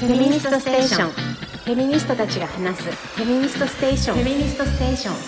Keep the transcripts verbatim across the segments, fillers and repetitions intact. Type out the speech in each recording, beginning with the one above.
フェミニストステーション。フェミニストたちが話すフェミニストステーション。フェミニストステーション。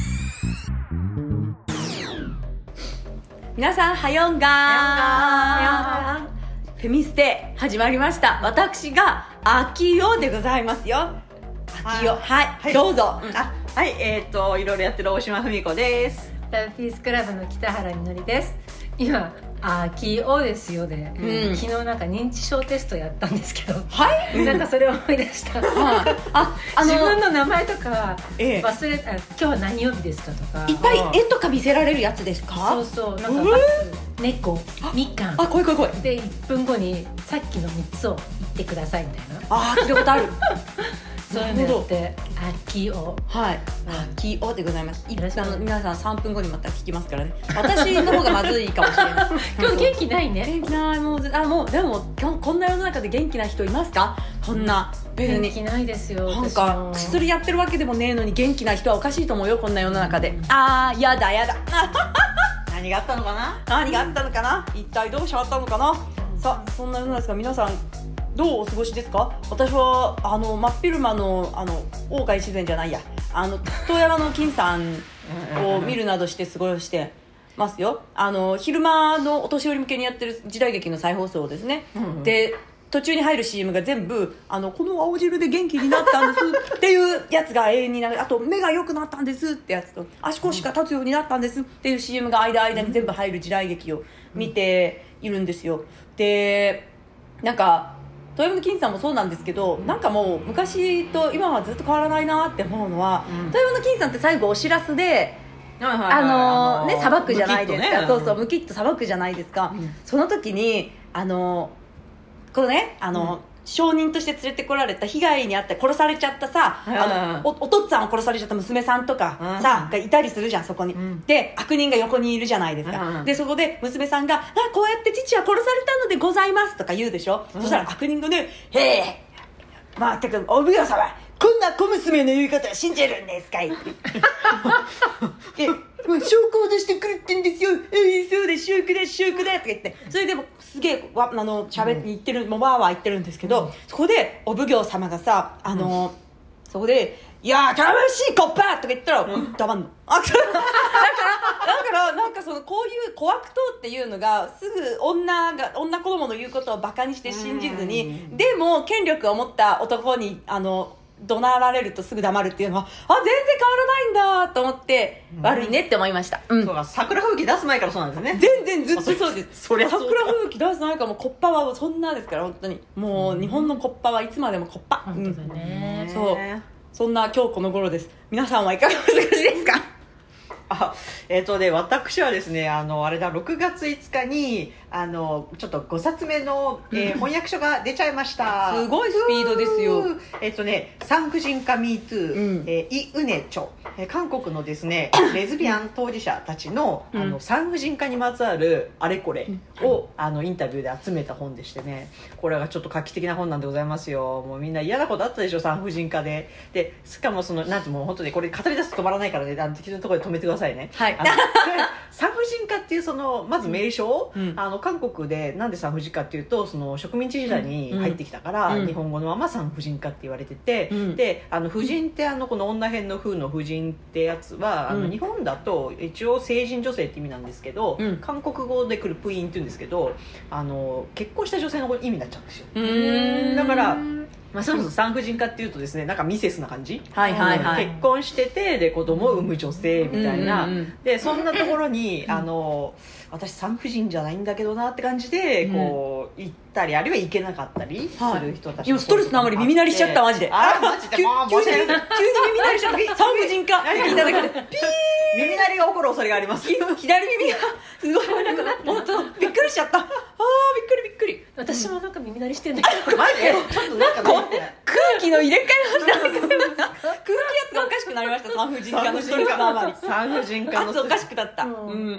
皆さんはよんがー。 はよんがー。フェミステ始まりました。私があきおでございますよ。あきお、はい、はい、どうぞ。 うん、あ、はい、えーといろいろやってる大島文子です。 ピースクラブの北原みのりです。今あきおですよで、うん、昨日なんか認知症テストやったんですけど、 はい、 なんかそれを思い出した。 あああ自分の名前とかええ、 忘れた、今日は何曜日ですかとか、 いっぱい絵とか見せられるやつですか？ そうそう、なんかバス、猫、みかん、 あ、怖い怖い怖い。 でいっぷんごにさっきのみっつを言ってくださいみたいな。 あー、聞いたことある。 そういうのやってあきお、 はい、あきおでございます。あの皆さんさんぷんごにまた聞きますからね。私の方がまずいかもしれない。 今日元気ないね。 元気ない。もうあもうでも今日こんな世の中で元気な人いますか？こんな別に元気ないですよ。 なんか薬やってるわけでもねえのに元気な人はおかしいと思うよ、こんな世の中で。あー、やだやだ。 何があったのかな？ 何があったのかな？一体どうしちゃったのかな？さあ、そんな世の中ですが、皆さんどうお過ごしですか？私はあの真っ昼間のあの大岡越前じゃないや、あの遠山の金さんを見るなどして過ごしてますよ。あの昼間のお年寄り向けにやってる時代劇の再放送ですね、うんうん、で途中に入る シーエム が全部あのこの青汁で元気になったんですっていうやつが永遠になる。あと目が良くなったんですってやつと、足腰が立つようになったんですっていう シーエム が間間に全部入る時代劇を見ているんですよ。でなんか遠山の金さんもそうなんですけど、なんかもう昔と今はずっと変わらないなって思うのは、うん、遠山の金さんって最後お知らせであのねさばくじゃないですか、ね、そうそう、ムキッとさばくじゃないですか、うん、その時にあのこのねあの、うん、証人として連れてこられた被害に遭って殺されちゃったさ、うん、あの お, お父っつぁんを殺されちゃった娘さんとか、うん、さがいたりするじゃん、そこに、うん、で悪人が横にいるじゃないですか、うん、でそこで娘さんがあこうやって父は殺されたのでございますとか言うでしょ、うん、そしたら悪人がねへえまあてかお奉行様こんな小娘の言うことを信じるんですかいで証拠を出してくるってんですよ、えー、そうで証拠で証拠でとか言って、それでもすげえわあの喋って言ってる、うん、もうわーわー言ってるんですけど、うん、そこでお奉行様がさあの、うん、そこでいやー楽しいコッパーとか言ったら、うん、黙んの。あだからだからなんかそのこういう小悪党っていうのがすぐ女が女子供の言うことをバカにして信じずに、でも権力を持った男にあの怒鳴られるとすぐ黙るっていうのは、あ全然変わらないんだと思って、うん、悪いねって思いました、うん、 そうか、桜吹雪出す前からそうなんですね。 全然ずっとそうです。 そりゃそう桜吹雪出す前からもうコッパはそんなですから、本当にもう日本のコッパはいつまでもコッパ、 本当だね、 うん、そうそんな今日この頃です。皆さんはいかがお過ごしですか？ あえーとね、私はですねあのあれだろくがついつかにあのちょっとごさつめの、えー、翻訳書が出ちゃいました。 すごいスピードですよ。 えっ、ー、とね産婦人科 ミートゥー、うんえー、イ・ウネチョ、えー、韓国のですねレズビアン当事者たちの、うん、あの産婦人科にまつわるあれこれを、うん、あのインタビューで集めた本でしてね、これがちょっと画期的な本なんでございますよ。もうみんな嫌なことあったでしょ、産婦人科で。でしかもそのなんてもう本当にこれ語り出すと止まらないからね、あの適当なところで止めてくださいね。 はい。 産婦人科っていうそのまず名称、うん、あの韓国でなんで産婦人科っていうとその植民地時代に入ってきたから、うん、日本語のまま産婦人科って言われてて、うん、であの婦人ってあのこの女編の婦の婦人ってやつは、うん、あの日本だと一応成人女性って意味なんですけど、うん、韓国語で来るプインって言うんですけど、あの結婚した女性の意味になっちゃうんですよ。うーんだからまあ、そもそも産婦人科っていうとですねなんかミセスな感じ、 はいはいはい、 結婚しててで子供を産む女性みたいな、うんうんうん、でそんなところにあの私産婦人じゃないんだけどなって感じでこう行ったりあるいは行けなかったりする人たち、 はい、ストレスのあまり耳鳴りしちゃったマジであマジで急, 急, に急に耳鳴りしちゃった産婦人科聞いただけでピー耳鳴りが起こる恐れがあります。 左耳がすごいなんか本当びっくりしちゃった。あーびっくりびっくり。 私もなんか耳鳴りしてんだけどマジでちょっとなんか空気の入れ替えました空気圧がおかしくなりました。産婦人科の進化のあまり産婦人科の圧おかしくなった、 うんうん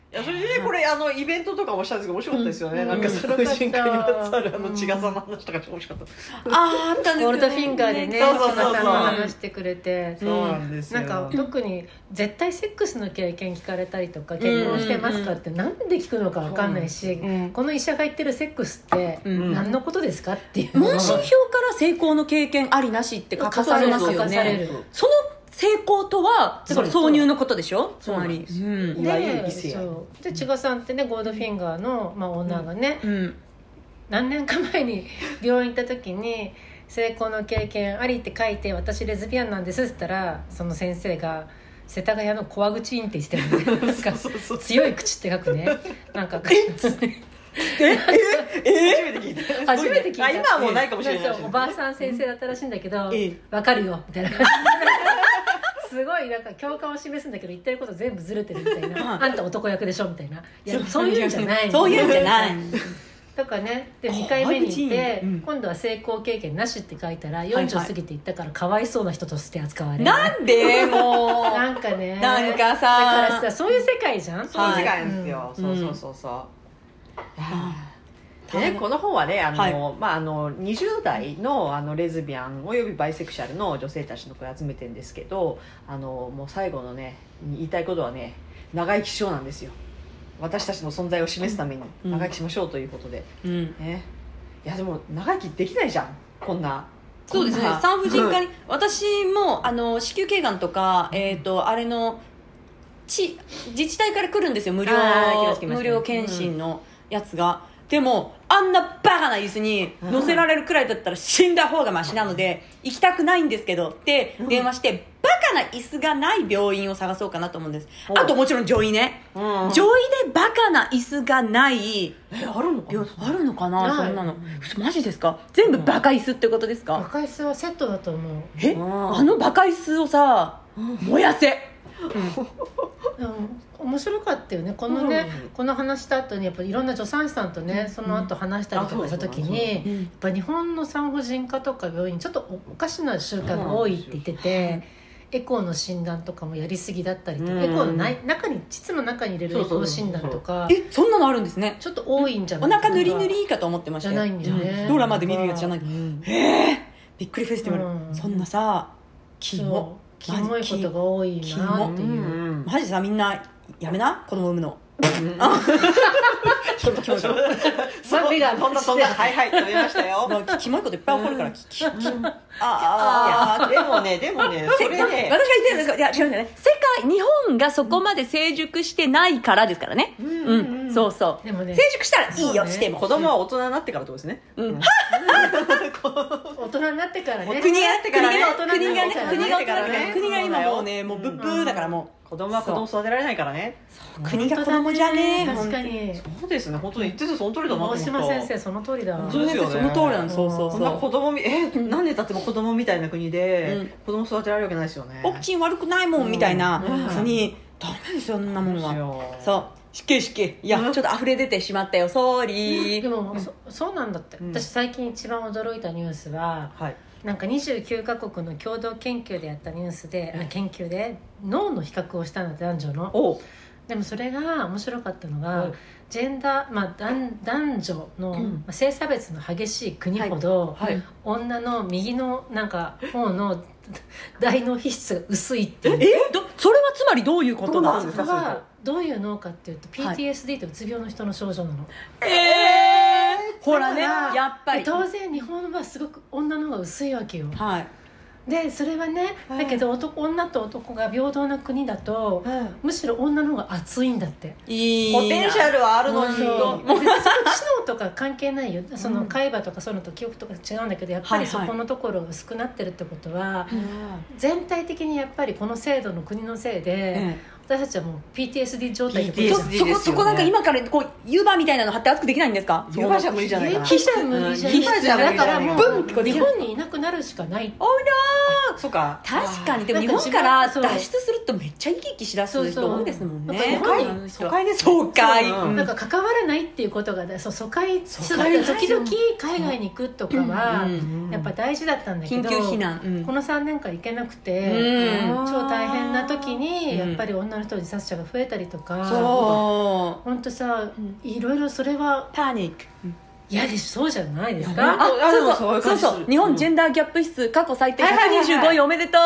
いやそれでこれあのイベントとかもしたんですけど面白かったですよね、 うん、 なんか産婦人科にまつわるあの千賀さんの話とか面白かった、 あああったんですよね。 ゴールドフィンガーでね、 そうそうそうそうさんが話してくれて、 そうなんですよ。 なんか特に絶対セックスの経験聞かれたりとか結婚してますかってなんで聞くのか分かんないし、 うん、 この医者が言ってるセックスって何のことですかっていう、 問診票から成功の経験ありなしって書かされますよね。その成功とはだから挿入のことでしょ、つまり、 うん、いわゆる異性で千賀さんってねゴールドフィンガーの、まあ、オーナーがね、 うんうん、 何年か前に病院行った時に成功の経験ありって書いて私レズビアンなんですって言ったらその先生が世田谷の小和口院って言ってたよねなんか強い口って書くねなんかえええ初めて聞いた初めて聞いた。 今はもうないかもしれないし、 おばあさん先生だったらしいんだけど、 えわかるよみたいなすごいなんか共感を示すんだけど言ってること全部ずれてるみたいなあんた男役でしょみたいな、いやそういうんじゃないそういうんじゃないとかね。でにかいめに行って、うん、今度は成功経験なしって書いたらよんじゅう過ぎて行ったからかわいそうな人として扱われる、 なんでもうなんかねなんかさだからさそういう世界じゃん、 そういう世界なんですよ、うん、そうそうそうそう、うんでね、この本はねあの、はいまあ、あのにじゅう代 の, あのレズビアンおよびバイセクシャルの女性たちの声を集めてるんですけど、あのもう最後のね言いたいことはね長生きしようなんですよ。私たちの存在を示すために長生きしましょうということで、うんね、いやでも長生きできないじゃんこんな。 そうですね、産婦人科に私もあの子宮頸がんとか、えー、とあれのち自治体から来るんですよ、無料無料検診のやつが、うんでもあんなバカな椅子に乗せられるくらいだったら死んだ方がマシなので行きたくないんですけどって電話してバカな椅子がない病院を探そうかなと思うんです。あともちろん女医ね、うん、女医でバカな椅子がないえあるのかなあるのかな、そんなのマジですか。全部バカ椅子ってことですか。 バカ椅子はセットだと思う。 えあのバカ椅子をさ燃やせ、 うん、面白かったよねこのね、うん、この話した後にやっぱりいろんな助産師さんとね、うん、その後話したりとかした時に、うん、やっぱ日本の産婦人科とか病院ちょっとおかしな習慣が多いって言ってて、エコーの診断とかもやりすぎだったりとか、うん、エコーのない中に膣の中に入れるエコー診断とかえそんなのあるんですね。 ちょっと多いんじゃないお腹塗り塗りかと思ってましたよ。 じゃないんだよね、 ドラマで見るやつじゃない、うん、へえびっくりフェスティバル、うん、そんなさキモキモいことが多いなっていう、 うん、マジさみんなやめな子供産むのちょっとキモいからそんなそんなそんなはいはいと言いましたよキモいこといっぱい起こるから、うん、ああでもねでもねそれね私が言ってるんですか。いや違うんだよね、世界日本がそこまで成熟してないからですからね、うん、うん、そうそうでも、ね、成熟したらいいよ、ね、しても子供は大人になってからってことですね、うんうん、 大人になってからね国がなってからね国がね国が大人からね国が今もうねもうブッブーだからもう子供は子供育てられないからね。 国が子供じゃねえ。 確かにそうですね、本当に言っててその通りだなと思った。 大島先生その通りだ。 そうですよね、 その通りなの。そうそうそう。 こんな子供みえ何年経っても子供みたいな国で、うん、子供育てられるわけないですよね。 お口悪くないもんみたいなふうにダメですよ、そんなもんは。そうしっけしっけいや、うん、ちょっと溢れ出てしまったよ、ソーリー。 でも、うん、そ, そうなんだって、うん、私最近一番驚いたニュースは、はい、なんかにじゅうきゅうカ国の共同研究でやったニュースで、うん、研究で脳の比較をしたので男女の。おでもそれが面白かったのが、うん、ジェンダー、まあ、男, 男女の、うん、性差別の激しい国ほど、はいはい、女の右のなんか方の大脳皮質が薄いっていう。 えどそれはつまりどういうことなんですか。 それはどういう脳かっていうと ピーティーエスディー とうつ病の人の症状なの。 ええー、ほらね、やっぱり当然日本はすごく女の方が薄いわけよ。 はい。 でそれはね、だけど男女と男が平等な国だと、うん、むしろ女の方が熱いんだって。 いいポテンシャルはあるのに、 知能とか関係ないよ。その海馬とかそういうのと記憶とか違うんだけど、やっぱりそこのところが薄くなってるってことは、はいはい、全体的にやっぱりこの制度の国のせいで、うん私たちはもう ピーティーエスディー 状態でピーティーエスディー ですよね。そこそこなんか今からこう湯葉みたいなの貼って熱くできないんですか。 湯葉じゃ無理じゃないかな。 皮じゃ無理じゃない。皮じゃだからもう日本にいなくなるしかない。 おらー。そうか。確かにでも日本から脱出するとめっちゃ生き生きしだす人多いですもんね。 疎開です疎開。 なんか関わらないっていうことがそう疎開時々海外に行くとかはやっぱ大事だったんだけど、 緊急避難このさんねんかん行けなくて超大変な時にやっぱり女の人自殺者が増えたりとか、 そう本当さ、いろいろそれはパニック嫌でしょ、そうじゃないですか。 あ、そうそうそうそう、日本ジェンダーギャップ指数過去最低ひゃくにじゅうごいおめでとう。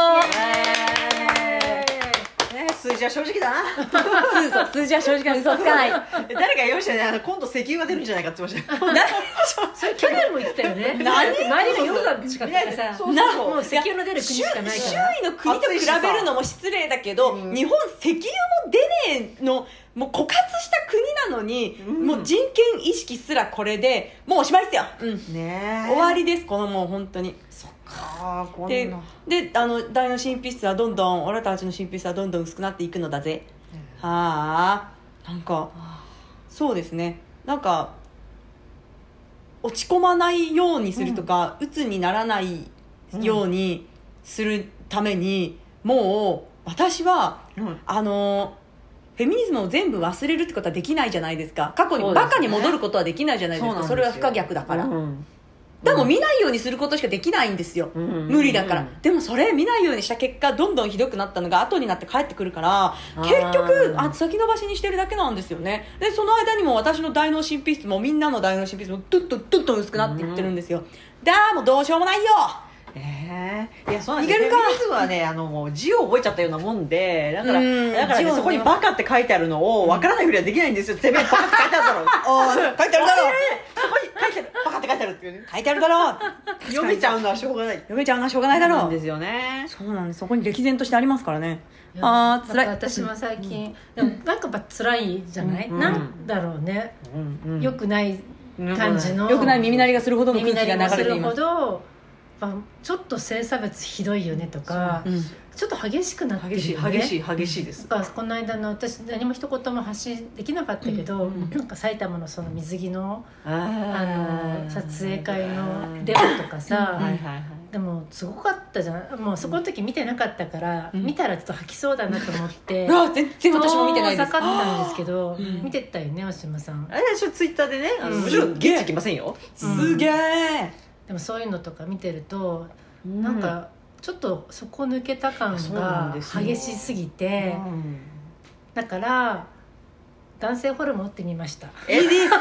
数字は正直だな。 そう数字は正直な嘘はつかない。 誰か言いましたね、あの今度石油が出るんじゃないかって言ってました。 それ去年も言ってたよね。 何周りがヨガしかったらさ、 そうそうそうもう石油の出る国しかないから。 周囲の国と比べるのも失礼だけど、うん、日本石油も出ねえのもう枯渇した国なのに、うん、もう人権意識すらこれでもうおしまいですよ、うん、ね終わりです、このもう本当に。そっかこんなでであの大の神秘質はどんどん俺たちの神秘質はどんどん薄くなっていくのだぜ、うん、はあなんかそうですね、なんか落ち込まないようにするとか、うん、鬱にならないようにするために、うん、もう私は、うん、あのフェミニズムを全部忘れるってことはできないじゃないですか。過去にバカに戻ることはできないじゃないですか。 そ, それは不可逆だから、うん、でも見ないようにすることしかできないんですよ、うん、無理だから、うん、でもそれ見ないようにした結果どんどんひどくなったのが後になって帰ってくるから、結局あ先延ばしにしてるだけなんですよね。でその間にも私の大脳神秘質もみんなの大脳神秘質もどんどんどんどん薄くなっていってるんですよ、うん、だーもうどうしようもないよ。 えー、いやそうなんですよ。フェミニズムはね、あのもう字を覚えちゃったようなもんで、だからだから、ね、そこにバカって書いてあるのを分からないふりはできないんですよ。てめえバカって書いてあるだろうお書いてあるだろうそこに書いてあるバカって書いてあるっていうね、 書いてあるだろう読めちゃうのはしょうがない読めちゃうのはしょうがないだろうなんですよね。 そうなんです。そこに歴然としてありますからね。あー辛い。 私も最近、うん、でもなんかやっぱ辛いじゃない、うん、なんだろうね、うんうん、よくない感じの、 よくない耳鳴りがするほどの空気が流れています。 ちょっと性差別ひどいよねとか、うん、ちょっと激しくなってるよね。 激しい激しいです。 この間の私何も一言も発信できなかったけど、うん、なんか埼玉のその水着のあの撮影会のデモとかさ、はいはいはい、でもすごかったじゃん。もうそこの時見てなかったから、うん、見たらちょっと吐きそうだなと思って全然私も見てないです。 遠ざかったんですけど、うん、見てたよね、大島さん。 あれ私ツイッターでね、あのもちろん現地行きませんよ、 うん、すげえ。 でもそういうのとか見てると、うん、なんかちょっと底抜けた感が激しすぎて、うん、だから男性ホルモン打ってみました。 えー、うわー、えー、うわ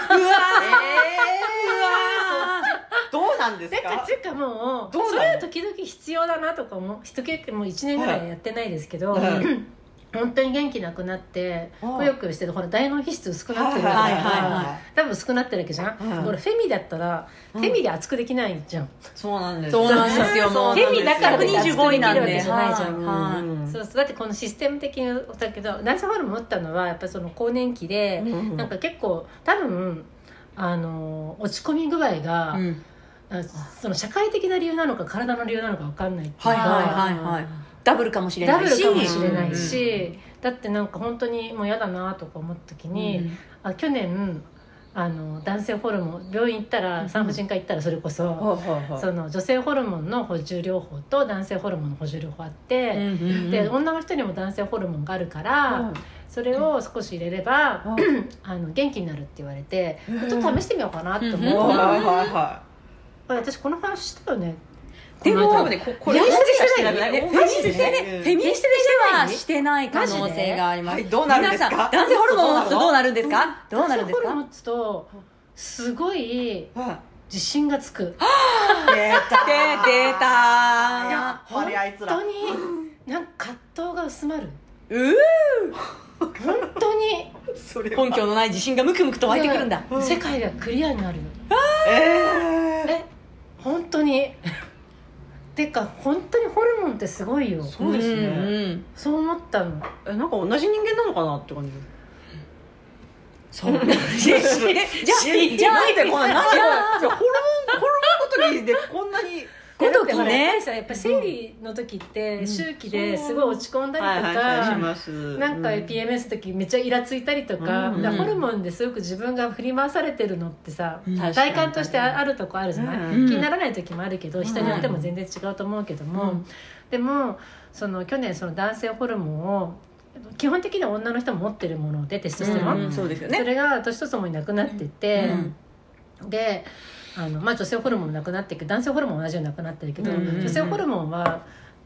ーどうなんですか。 なんかちゅうかもうそれは時々必要だなとかも一結構もういちねんぐらいやってないですけど、はいはい本当に元気なくなってくよくよしてる、ほら大脳皮質薄くなってるから、はいはいはい、多分薄くなってるわけじゃん、うん、これフェミだったら、うん、フェミで厚くできないじゃん。 そうなんですそうなんですよ。もうフェミだからって厚くできるわけじゃないじゃん、 はいはい、 そうそう。だってこのシステム的にだけど男性ホルモン打ったのはやっぱりその更年期で、うん、なんか結構多分あの落ち込み具合が、うん、その社会的な理由なのか体の理由なのか分かんないっていうか、 はいはいはいはい、ダブルかもしれないしダブルかもしれないし、うん、だってなんか本当にもう嫌だなとか思った時に、うん、あ去年あの男性ホルモン病院行ったら、うん、産婦人科行ったらそれこそ、うん、その女性ホルモンの補充療法と男性ホルモンの補充療法あって、うんうんうん、で女の人にも男性ホルモンがあるから、うん、それを少し入れれば、うん、あの元気になるって言われて、うん、ちょっと試してみようかなと思って、うんうん、はいはいはい、私この話したよね。 でも多分ね、ここれフェミニストしてない、 フェミニストでフェミニストではしてない可能性があります。はい、 どうなるんですか。 男性ホルモンを打つとどうなるんですか。どうなるんですか。 男性ホルモンを打つとすごい自信がつく。出た出た。 やっぱりあいつら。 本当になんか葛藤が薄まる。 うー。 本当に根拠のない自信がムクムクと湧いてくるんだ。 世界がクリアになる。 えー、 え本当に。てか本当にホルモンってすごいよ。 そうですね、うんうん、 そう思ったの。 えなんか同じ人間なのかなって感じ。 そうじゃあじゃあなんでこんななんでホルモンホルモンごときでこんなにごときね、やっぱ生理の時って周期ですごい落ち込んだりとか、なんか ピーエムエス の時めっちゃイラついたりとか、うん、ホルモンですごく自分が振り回されてるのってさ、うん、体感としてあるとこあるじゃない、うん、気にならない時もあるけど人によっても全然違うと思うけども、うん、でもその去年その男性ホルモンを基本的には女の人も持ってるものでテストステロン、 うん、そうですよね、 それが年とともになくなってて、うん、であのまあ、女性ホルモンもなくなっていく、男性ホルモンも同じようになくなってるけど、うんうんうん、女性ホルモンは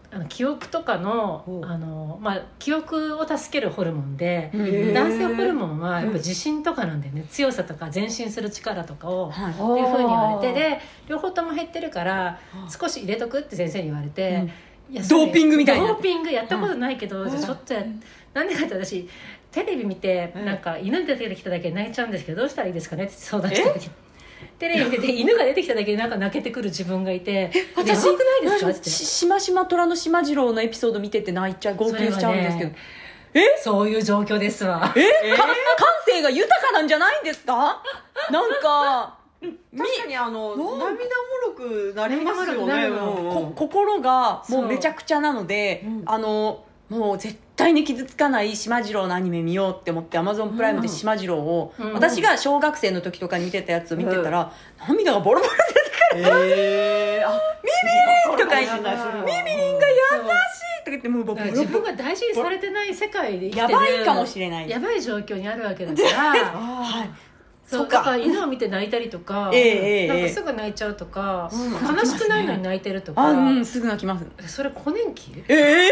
あの記憶とかの、あの、まあ、記憶を助けるホルモンで、 へー男性ホルモンはやっぱ自信とかなんだよね、強さとか前進する力とかを、 はいっていうふうに言われて、で両方とも減ってるから少し入れとくって先生に言われて、いやそれドーピングみたいなドーピングやったことないけど、 うんじゃあちょっとやなんでかって私テレビ見て、 うんなんか犬出てきただけで泣いちゃうんですけどどうしたらいいですかねって相談した時テレビ見てて犬が出てきただけでなんか泣けてくる自分がいて私やばくないですかってししましま虎のしまじろうのエピソード見てて泣いちゃう号泣しちゃうんですけど、 えそういう状況ですわ。 えか感性が豊かなんじゃないんですか？なんか確かにあのなん涙もろくなりますよね。 涙もろくなるのうんうんこ心がもうめちゃくちゃなので、 うんあのもう絶対に傷つかないしまじろうのアニメ見ようって思ってアマゾンプライムでしまじろうを、 うん私が小学生の時とかに見てたやつを見てたら、涙がボロボロ出てえー、あビビリンとか言ってわかるかもしれないそれはビビリンが優しいとか言ってもうボロボロだから自分が大事にされてない世界で生きてるやばいかもしれないやばい状況にあるわけだからはいそそううかだから犬を見て泣いたりとか、 ええええなんかすぐ泣いちゃうとか、 うん悲しくないのに泣いてるとか、 あうんすぐ泣きますそれ更年期えー、え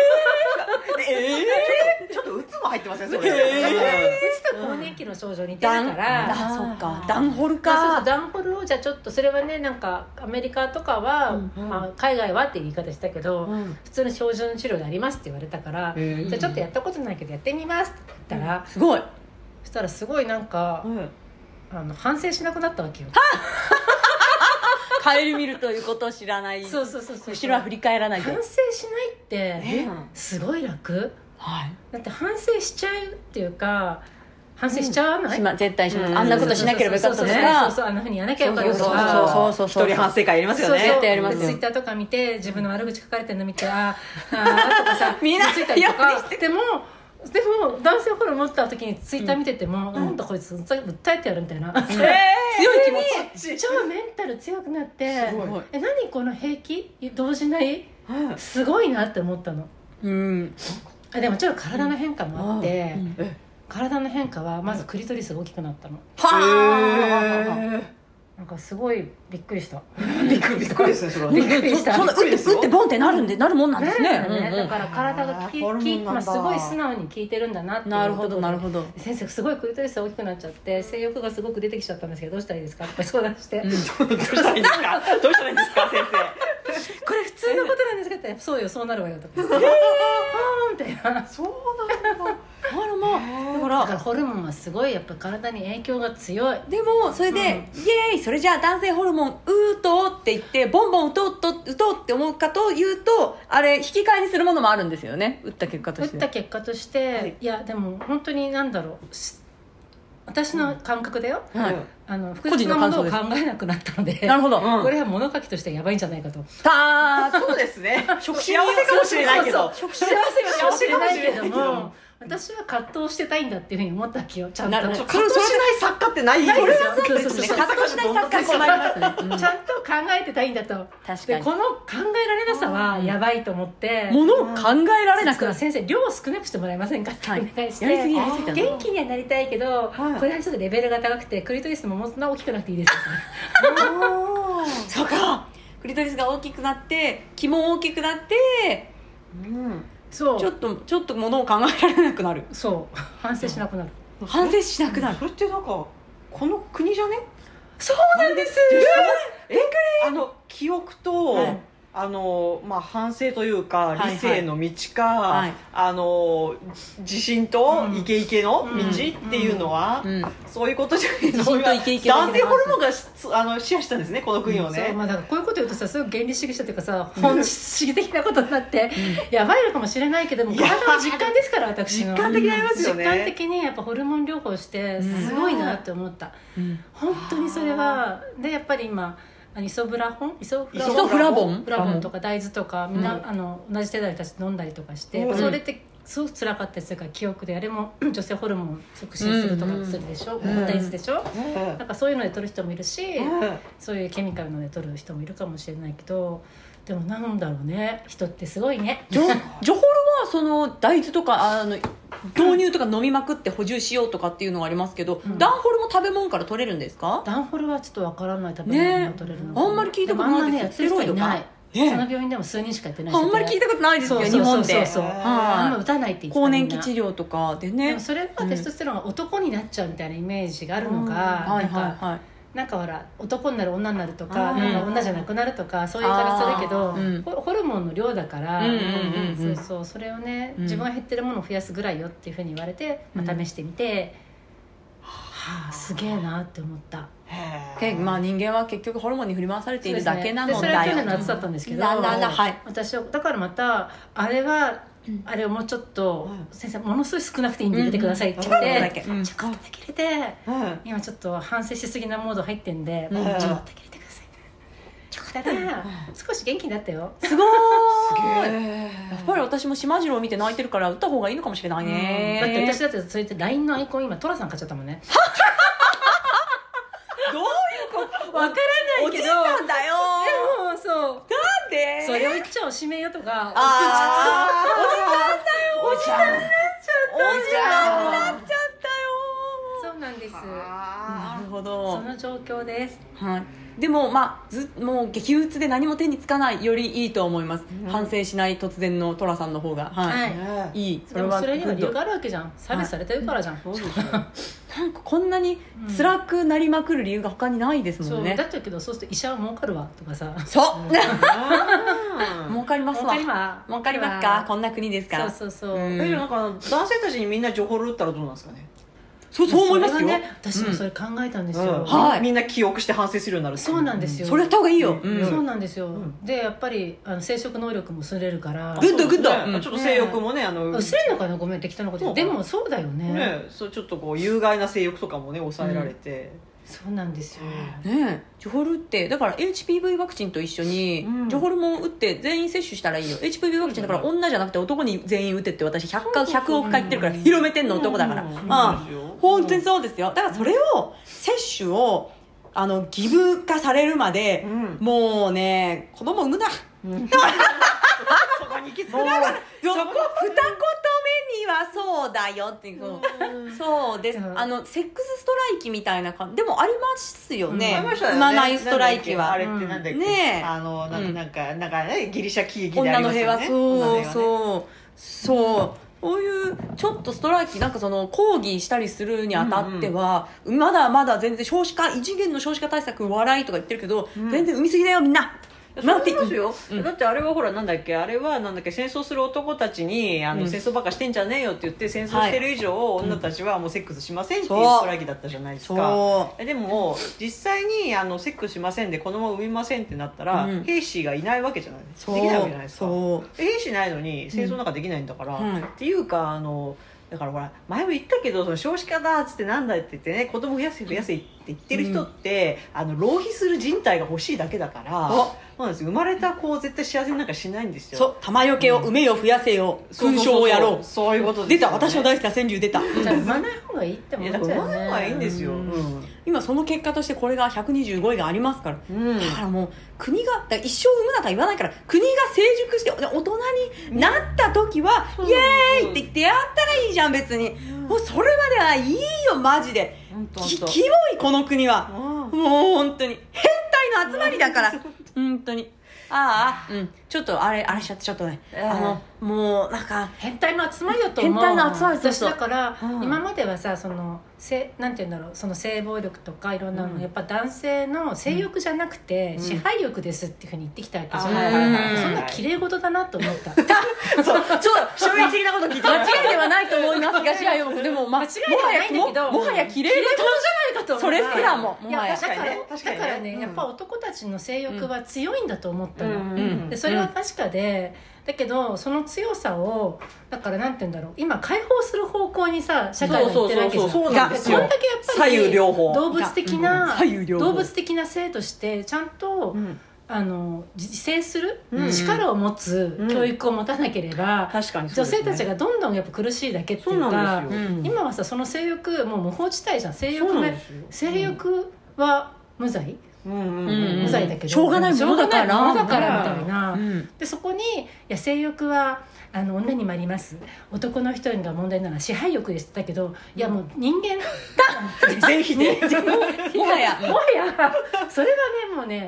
ーちょっとうつも入ってますねそれ。 えうつと更年期の症状似てるから、 あそっかダンホルまあ、そうそかうダンホルをじゃあちょっとそれはねなんかアメリカとかは、 うんまあ、海外はっていう言い方したけど、 うん普通の標準治療でありますって言われたから、 へーじゃあちょっとやったことないけどやってみますって言ったら、 すごいそしたらすごいなんか、 うんあの反省しなくなったわけよ。 カエル見るということを知らないそうそうそうそう後ろは振り返らないで反省しないってうんすごい楽はいだって反省しちゃうっていうか反省しちゃわない、 しま絶対します、 うんあんなことしなければよかったとそうそうかそうそうあんなふうにやらなきゃよかったとそうそうかそうそうそう一人反省会やりますよね。 そうそう絶対やりますよツイッターとか見て自分の悪口書かれてるの見てあーあーとかさみんなついたりとやかでもでも男性ホルモン持った時にツイッター見てても、なんだこいつ訴えてやるみたいな、強い気持ち超メンタル強くなってすごいえ何この平気動じないうんすごいなって思ったの。 うんあでもちょっと体の変化もあって、 うんえ体の変化はまずクリトリスが大きくなったの。 はなんかすごいびっくりした。 びっくりびっくりですねそれはね。 びっくりした。 そんな打って打ってボンってなるんでなるもんなんですねねうんうんだから体がきあーホルモンき、 なんだまあ、すごい素直に効いてるんだなっていうなるほどところでなるほど先生すごいクリトリスが大きくなっちゃって性欲がすごく出てきちゃったんですけどどうしたらいいですかって相談して、 うんどうしたらいいんですか。どうしたらいいんですか先生。 これ普通のことなんですかってそうよそうなるわよとか、えー、あーみたいな。 そうなんだ。 あらまあだかだかららホルモンはすごいやっぱ体に影響が強い。 でもそれで、イエーイそれじゃあ男性ホルモンうーとって言ってボンボン打とうと打とうって思うかというとあれ引き換えにするものもあるんですよね打った結果と打っしてた結果として、 はいい、やでも本当に何だろうし私の感覚だよ、 はいあの複個雑なものを人の感想です考えなくなったのでなるほど、 うんこれは物書きとしてやばいんじゃないかと。 たーそうですね。幸せ幸せかもしれないけど。 そうそう幸せかもしれないけど幸せかもしれないも私は葛藤してたいんだっていうふうに思ったわけよちゃんとなるほど葛藤しない作家ってないないですよそれはそうそうそう葛藤しない作家困りますね、うんちゃんと考えてたいんだと。 確かにでこの考えられなさはやばいと思って、 ものを考えられなくなる先生量を少なくしてもらえませんかっておはい願いして、 やりすぎやりすぎたの元気にはなりたいけど、 はいこれはちょっとレベルが高くてクリトリスももうそんな大きくなくていいですよそうかクリトリスが大きくなって気も大きくなってうんそうちょっとちょっとものを考えられなくなるそう反省しなくなる。 反省しなくなるそれってなんかこの国じゃね。 そうなんですえあの記憶と、 はいあのまあ、反省というかいはい理性の道か、 はいあの自信とうんイケイケの道っていうのは、 うんそういうことじゃないの。 自信とイケイケの男性ホルモンがしあのシェアしたんですねこの国をね、 そうまあ、だからこういうこと言うとさすごい原理主義者というかさ本質主義的なことになって、やばいのかもしれないけどもいや体の実感ですから私の実感的にありますよね。 実感的にやっぱホルモン療法してすごいなって思った、 うん本当にそれはでやっぱり今あのイソブラホンイソフイソフラボンフラボンとか大豆とかみんな、 うんあの同じ世代たち飲んだりとかして、 うんそれってすごく辛かったりするから記憶であれも女性ホルモンを促進するとかするでしょ、 うん大豆でしょ、 うんなんかそういうので取る人もいるし、 うんそういうケミカルので取る人もいるかもしれないけどでもなんだろうね人ってすごいね。 ジョジョホルはその大豆とかあの豆乳とか飲みまくって補充しようとかっていうのがありますけど、 うんダンホルも食べ物から取れるんですか？ ダンホルはちょっとわからない食べ物が取れるのかな、 あんまり聞いたことないですでもあんまねやってる人いない。 えその病院でも数人しかやってない人あんまり聞いたことないですよ、日本で。 そうそうそう、あんま打たないって言ってた。 更年期治療とかでね。 でもそれはテストステロンが男になっちゃうみたいなイメージがあるのが、 はいはいはい、 なんかほら男になる女になるとか、なんか女じゃなくなるとかそういう言い方するけど、うん、ホルモンの量だから、そうそうそれをね、うん、自分が減ってるものを増やすぐらいよっていうふうに言われて、まあ、試してみて、うん、はあすげえなって思った。 へまあ、人間は結局ホルモンに振り回されているだけなのだよ。 それは去年の夏だったんですけど、 うんはい、 私だからまたあれはあれをもうちょっと、うん、先生ものすごい少なくていいんで入れてくださいって言って、うんうん、ちょこっとだけ入れて、うん、今ちょっと反省しすぎなモード入ってんで、うん、ちょこっとだけ入れてください、ちょこっとだら少し元気になったよ。 すごーいやっぱり私も島次郎を見て泣いてるから打った方がいいのかもしれないね、 うん、だって私だってそれって ライン のアイコン今トラさん買っちゃったもんねどういうことわからないけど、 おじさんだよ。 でもそうなんでそれを言っちゃおしめよとか、 あおじさんだよ、おじさんになっちゃった、 おじさんになっちゃったよ。 そうなんです。 なるほど、 その状況です。 はい。でもまあずもう激鬱で何も手につかないよりいいと思います、うん、反省しない突然のトラさんの方が、はいはい、いい。 それはでもそれには理由があるわけじゃん、差別されてるからじゃん、はい、そうですよなんかこんなに辛くなりまくる理由が他にないですもんね、 そうだったけど、そうすると医者は儲かるわとかさ、 そう、うん、儲かりますわ、 儲かりま儲かりますか、こんな国ですから。 そうそうそう、 うん、えなんか男性たちにみんな情報打ったらどうなんですかね。 そうそう思いますよ、 ね、私もそれ考えたんですよ、うんうんはい、みんな記憶して反省するようになる。 そうなんですよ、 それやった方がいいよ、 うん、そうなんですよ、うん、でやっぱりあの生殖能力も薄れるからグッドグッド、 ね、ちょっと性欲もね、ねあの薄れるのかな、ごめん適当なことでもそうだよね、 ねそうちょっとこう有害な性欲とかもね抑えられて、 うん、そうなんですよ、 ね、ジョホルってだから エイチピーブイ ワクチンと一緒に、うん、ジョホルも打って全員接種したらいいよ。 エイチピーブイ ワクチンだから女じゃなくて男に全員打てって私 ひゃく, かひゃくおく回言ってるから、広めてんの男だから、うんうん、本当にそうですよ。だからそれを接種をあの義務化されるまで、うん、もうね子供産むな、うんそこに行き着くならそこ二言目にはそうだよっていう、うん、そうです、うん、あのセックスストライキみたいな感じでもありますよね、うん、産まないストライキはあれってなんだっけ、ね、あのな ん, なんかなんかねギリシャ喜劇でありますよね。 女の平和、そうそうそうこういうちょっとストライキなんかその抗議したりするにあたっては、うんうん、まだまだ全然少子化異次元の少子化対策笑いとか言ってるけど、うん、全然産みすぎだよみんな。 そう思いますよ、うん、だってあれはほらなんだっけあれはなんだっけ戦争する男たちにあの、うん、戦争ばっかしてんじゃねえよって言って戦争してる以上、はい、女たちはもうセックスしませんっていうストライキだったじゃないですか。でも実際にあのセックスしませんで子供産みませんってなったら、うん、兵士がいないわけじゃないですか。できないわけじゃないですか。兵士ないのに戦争なんかできないんだから、うん、っていうかあのだからほら前も言ったけどその少子化だっつってなんだって言ってね子供増やせ増やせって言ってる人って、うん、あの浪費する人体が欲しいだけだからそうなんです。生まれた子を絶対幸せになんかしないんですよ。 そう玉よけを、うん、埋めよ増やせよ勲章をやろうそういうことです、ね、出た私の大好きな川柳出たじゃあ産まない方がいいって思っちゃうよね。 産まない方がいいんですよ、うんうん、 今その結果としてこれがひゃくにじゅうごいがありますから、うん、だからもう国が一生産むなとは言わないから国が成熟して大人になった時は、うん、イエーイって言ってやったらいいじゃん別に、うん、もうそれまではいいよマジで、うん、きキモいこの国は、うん、もう本当に変態の集まりだから、うん、本当にああ、うん、ちょっとあれあれしちゃってちょっとね、えー、あのもうなんか変態の集まりだと思う。 変態の集まり私だから、うん、今まではさそのせなんて言うんだろうその性暴力とかいろんなの、うん、やっぱ男性の性欲じゃなくて、うん、支配欲ですっていうふうに言ってきたわけじゃない、うん、そんな綺麗事だなと思ったそうちょっと衝撃的なこと聞いて間違いではないと思いますが支配欲でも、まあ、 間違いではないんだけどもはや綺麗事じゃないかと思う。 それすらももはやだから、ね、だからね、うん、やっぱ男たちの性欲は強いんだと思ったの、うん、でそれは確かで、だけどその強さをだからなんて言うんだろう今解放する方向にさ社会がいってるわけじゃん。 そうなんですよ。 こんだけやっぱり左右両方動物的な動物的な性としてちゃんと、うん、あの自制する、うん、力を持つ教育を持たなければ、うん、確かにそうですね、女性たちがどんどんやっぱ苦しいだけっていうか、うん、今はさその性欲もう無法地帯じゃん。性欲め性欲は無罪、うんうんうん、無罪だけどしょうがないものだからものだからみたいな、うん、でそこにいや性欲はあの女にもあります、男の人が問題なら支配欲ですだけど、いやもう人間全否定もはやもはやそれはねもうね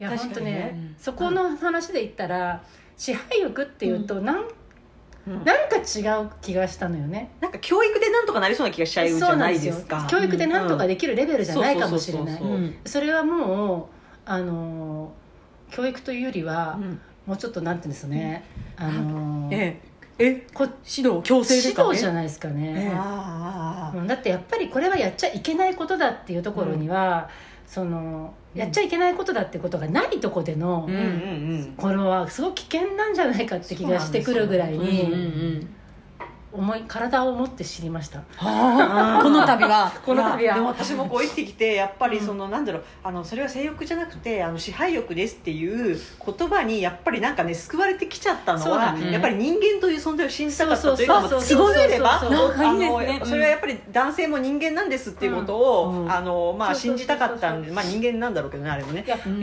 いや本当ね、 ね、 そこの話で言ったら、支配欲っていうと、うん、なんうん、 なんか違う気がしたのよね。 なんか教育でなんとかなりそうな気がしちゃうじゃないですか。 教育でなんとかできるレベルじゃないかもしれない。それはもうあの教育というよりは、うん、もうちょっとなんていうんですね、あのえええこ指導強制ですかね。 指導じゃないですかね、ええ、あだってやっぱりこれはやっちゃいけないことだっていうところには、うん、そのやっちゃいけないことだってことがないとこでの、うんうんうん、これはすごく危険なんじゃないかって気がしてくるぐらいに重い体を持って知りました。 この度はこの度はでも私もこう生きてきてやっぱりその、うん、なんだろうあのそれは性欲じゃなくてあの支配欲ですっていう言葉にやっぱりなんかね救われてきちゃったのは、ね、やっぱり人間という存在を信じたかったというか突き詰めればそれはやっぱり男性も人間なんですっていうことを、うん、あのまあ信じたかったんで、まあ人間なんだろうけどねあれもね。うん、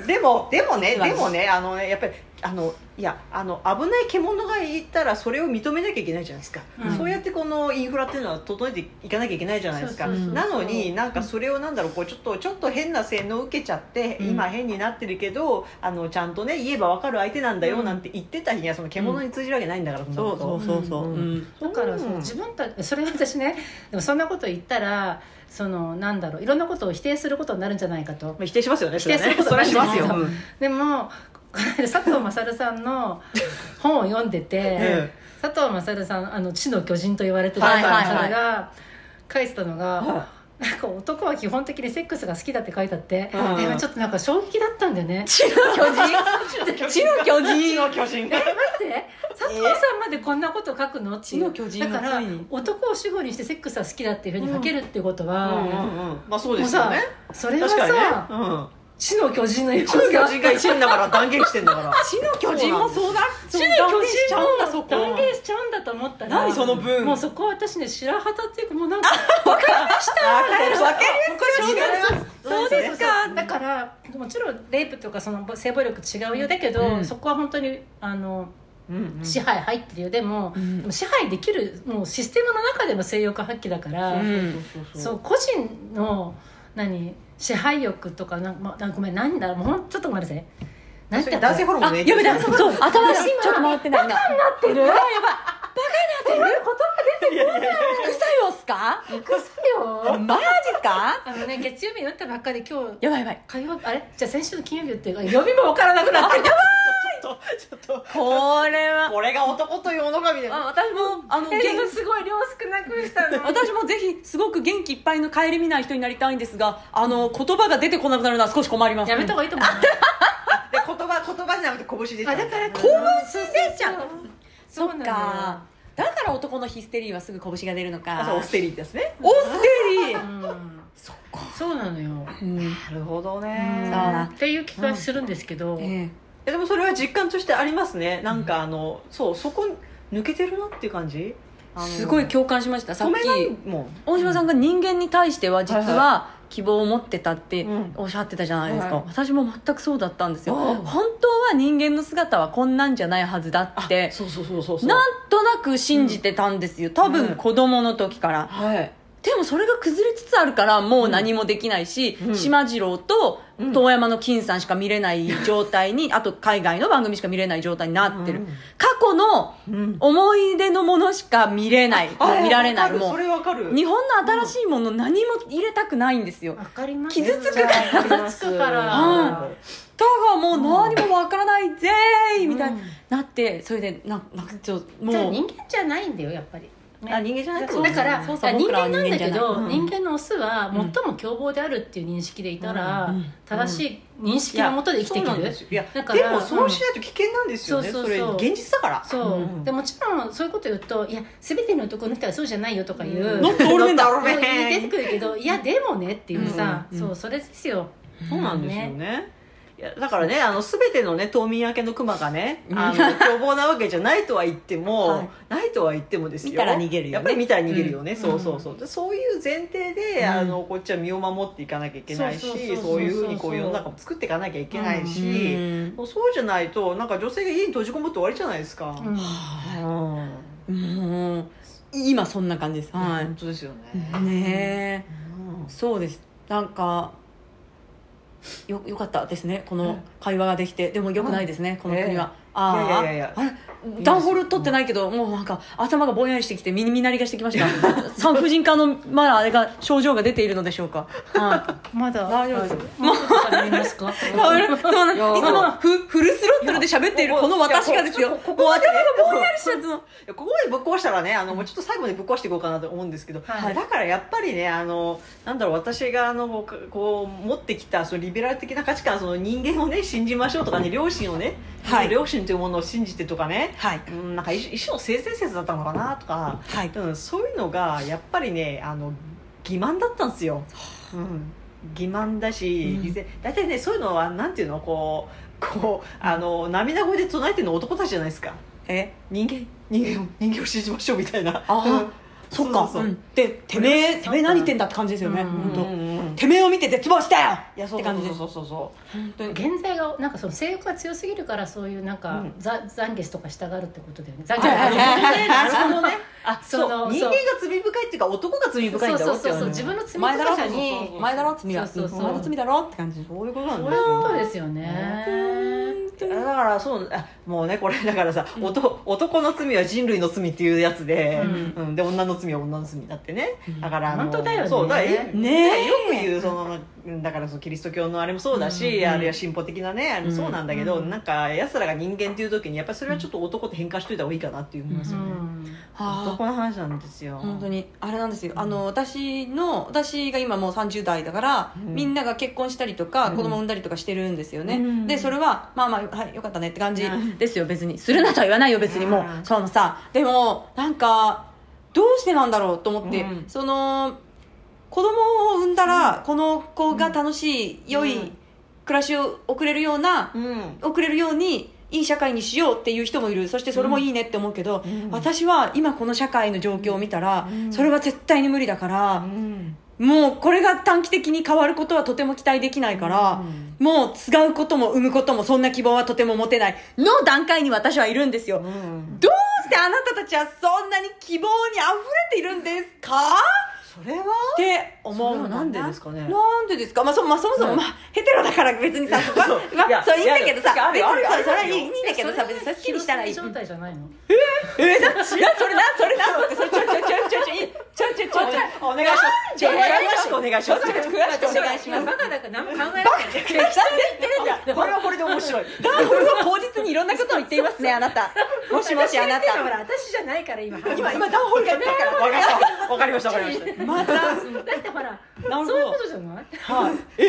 でもでもねでもねあのねやっぱりあのいやあの危ない獣がいたらそれを認めなきゃいけないじゃないですか、うん、そうやってこのインフラっていうのは整えていかなきゃいけないじゃないですか。なのになんかそれをなんだろうこうちょっとちょっと変な洗脳を受けちゃって、うん、今変になってるけどあのちゃんとね言えば分かる相手なんだよなんて言ってた日にはその獣に通じるわけないんだから、うん、 そうそうそうそう、うん、 だからそう自分たそれは私ねでもそんなこと言ったらそのなんだろういろんなことを否定することになるんじゃないかと。 否定しますよね。 否定することになるんじゃないかと。 それはしますよ、うん、 でもこの間佐藤勝さんの本を読んでて、うん、佐藤勝さんあの知の巨人と言われてる佐藤勝が書いてたのが、はい、なんか男は基本的にセックスが好きだって書いてあって、うん、ちょっとなんか衝撃だったんだよね。 知の巨人知の巨人知の巨人え待って佐藤さんまでこんなこと書くのっていう。知の巨人だから男を主語にしてセックスは好きだっていうふうに書けるってことは、 うんうんうんうん、まあそうですよね。 それはさ、ねうん、知の巨人の知の巨人が一んだから断言してんだから知の巨人もそうだ知の巨人も断言しちゃうんだと思ったら何その文もうそこは私ね白旗っていうかもうなんか分かりました分かりましたそうですか。だからもちろんレイプとかその性暴力違うよだけど、うん、そこは本当にあのうんうん、支配入ってるよ。でも、うん、でも支配できるもうシステムの中での性欲発揮だから、うん、そう個人の何支配欲とかなんか、まあ、ごめん何だもうちょっとごめんなさい何て男性ホルモンねやめてそう頭しちょっと回ってないなバカになってるやばいバカになってる言葉出てこない副作用っすか副作用マジっすかあのね月曜日に打ったばっかで今日やばいやばい火曜日あれじゃあ先週の金曜日打って曜日も分からなくなってるやばいちょっとこれはこれが男という物神で、 あ私もあの元気すごい量少なくしたの私もぜひすごく元気いっぱいの顧みない人になりたいんですがあの言葉が出てこなくなるのは少し困ります。 やめた方がいいと思うで言葉言葉じゃなくて拳出ちゃう。 あだから拳出ちゃう。そっかだから男のヒステリーはすぐ拳が出るのか。 そうオステリーですね。 オステリー、 うん、そっかそうなのよ、 うん、なるほどね、 うん、そうっていう気がするんですけど、うんえー、でもそれは実感としてありますね。なんかあの、うん、そうそこ抜けてるなっていう感じ。 すごい共感しました。さっき大島さんが人間に対しては実は希望を持ってたっておっしゃってたじゃないですか、うんはい、私も全くそうだったんですよ。本当は人間の姿はこんなんじゃないはずだってそうそうそうそうなんとなく信じてたんですよ、多分子供の時から、 はい、 でもそれが崩れつつあるからもう何もできないし、うん、島次郎と遠山の金さんしか見れない状態に、うん、あと海外の番組しか見れない状態になってる、うん、過去の思い出のものしか見れない、うん、見られない。もうそれわかる。 日本の新しいもの何も入れたくないんですよ。 わかります。 傷つくから傷つくから、うん、だからもう何もわからないぜーいみたいになって、それでななんかちょっともうじゃあ人間じゃないんだよやっぱり。 あ人間じゃないだからそうそう人間なんだけど、うん、人間のオスは最も凶暴であるっていう認識でいたら、うん、正しい認識のもとで生きていける。 いやだからでもそうしないと危険なんですよね、うん、そうそうそうそれ現実だからそう、うん、でもちろんそういうこと言うといや全ての男の人はそうじゃないよとかいう、 もっとおるねんだろうね出てくるけどいやでもねっていうさ、うん、そうそれですよ。 そうなんですよね、ねいやだからねあの全てのね冬眠明けのクマがねあの凶暴なわけじゃないとは言っても、はい、ないとは言ってもですよ見たら逃げるよねやっぱり見たら逃げるよね、うん、そうそうそうでそういう前提で、うん、あのこっちは身を守っていかなきゃいけないしそういうふうにこう世の中も作っていかなきゃいけないし、うん、そうじゃないとなんか女性が家に閉じこもって終わりじゃないですか、 うんうん、今そんな感じです、 はい、本当ですよねねえ、うん、そうですなんかよよかったですね、この会話ができて。でもよくないですね、この国は。 えー、ああ、いやいやいや、 あれダンホール取ってないけど、もうなんか頭がぼんやりしてきて耳見鳴りがしてきました産婦人科のまだあれが症状が出ているのでしょうか。 はい、まだ大丈夫です。 もうありますかそうなん、いつもフフルスロットルで喋っているこの私がですよ、もう頭がぼんやりしちゃったの。 ここでぶっ壊したらね、あのもうちょっと最後にぶっ壊していこうかなと思うんですけど、はい、だからやっぱりね、あのなんだろう、私があのこう持ってきたそのリベラル的な価値観、その人間をね信じましょうとかね、良心をね、はい、良心というものを信じてとかね、はい、うん、なんか一種の性善説だったのかなとか、はい、うん、そういうのがやっぱりね、あの欺瞞だったんですよ、うん、欺瞞だし、うん、大体ねそういうのはなんていうの、こうこうあの涙声で唱えてるの男たちじゃないですか。え、人間人間を人間を信じましょうみたいな。あ、うん、 そっか。そうそうそう、うん、でてめえてめえ何言ってんだって感じですよね。本当、うんうん、てめえを見て絶望したよいや、そうそうそうそうそう、 現在がなんかその性欲が強すぎるから、そういうなんか、うん、ざ懺悔とかしたがるってことだよね。懺悔なるほどね。あ、そう、人間が罪深いっていうか男が罪深いんだろうっていう。 そうそうそう、自分の罪深さに前だろ罪は、お前の罪だろって感じ。 そういうことなんですよ。 そういうことですよね。 だからそうあもうね、これだからさ、うん、男の罪は人類の罪っていうやつで、うんうん、で女の罪は女の罪だってね。だからあの本当だよね。 そうだね、ね、よく言うそのだからそのキリスト教のあれもそうだし、うん、あるいは進歩的なねあれもそうなんだけど、うん、なんか奴らが人間っていう時にやっぱりそれはちょっと男って変換しといた方がいいかなって思いますよね。うん、男の話なんですよ。 本当にあれなんですよ。あの私の私が今もうさんじゅう代だから、うん、みんなが結婚したりとか、うん、子供産んだりとかしてるんですよね。うん、でそれはまあまあはいよかったねって感じですよ。別にするなとは言わないよ別にもう、うん、そのさでもなんかどうしてなんだろうと思って、うん、その子供を産んだら、うん、この子が楽しい、うん、良い暮らしを送れるような、うん、送れるようにいい社会にしようっていう人もいる。そしてそれもいいねって思うけど、うん、私は今この社会の状況を見たら、うん、それは絶対に無理だから、うん、もうこれが短期的に変わることはとても期待できないから、うん、もう違うことも生むこともそんな希望はとても持てないの段階に私はいるんですよ、うん、どうしてあなたたちはそんなに希望にあふれているんですか？ それはって思う。 なんでですかね。 なんでですか。まあそ、まあ、そもそも、まあ、ヘテロだから別にさ、まあ、まあ、そういいんだけどさ、別にそれはいいんだけどさ、別にそれ好きにしたらいい。 状態じゃないの？ ええー、な、それな、それなって、それちょちょちょちょちょちょちょちょお願いします。ちょ詳しくお願いします。 詳しくお願いします。 バカだから何も考えない。 バカって言ってるじゃん。 これはこれで面白い。 当日にいろんなことを言っていますね、あなた。もしもしあなた。 ほら私じゃないから今。 今今ダンホールがやってるから。 わかりましたわかりました。 また。 だってほら、そういうことじゃない？ はい。え？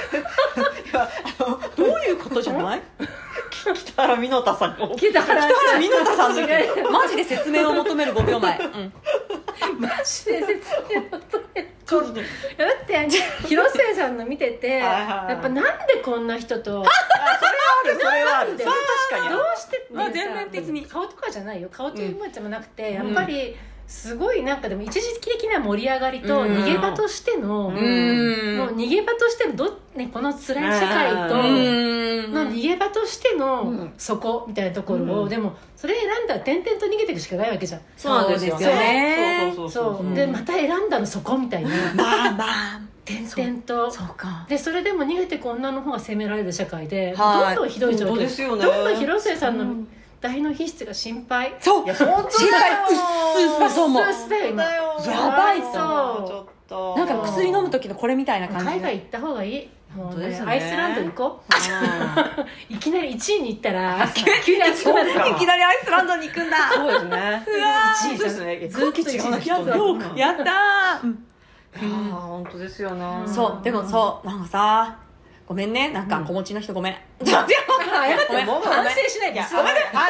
どういうことじゃない？ 北原美濃太さん。 北原美濃太さんのマジで説明を求めるごびょうまえ。 マジで説明を求める。だって広末さんの見てて、やっぱなんでこんな人と。 それはあるそれはある。それ確かに。 どうしてまあ全面的に顔とかじゃないよ。顔というもんじゃなくて、やっぱり。すごいなんかでも一時的な盛り上がりと逃げ場としての、うん、もう逃げ場としてのど、ね、この辛い社会との逃げ場としての底みたいなところを、うん、でもそれ選んだら点々と逃げていくしかないわけじゃん。 そうなんですよね。 そうそうそうそう。でまた選んだの底みたいな。 まあまあ。 点々と。 そうか。 でそれでも逃げてく女の方が責められる社会で、どんどんひどい状況。 そうですよね。 どんどん広末さんの、うん大の皮質が心配。 そう。 いや、本当だよ。 心配。うっすうすそうも。 うっすだよ今。やばいそう。 ちょっと。 なんか薬飲む時のこれみたいな感じ。 海外行った方がいい。もうね、アイスランド行こう。いきなりいちいに行ったら、急に暑くなるから。 いきなりアイスランドに行くんだ。 そうですね。 うわー。 そうですね。 ずっと違うな人。 やったー。 いやー、本当ですよね。 そう、でもそう、なんかさ、ごめんね、なんか子持ちの人ごめん。 じゃあ、ごめん、反省しないで。 ごめんね。刺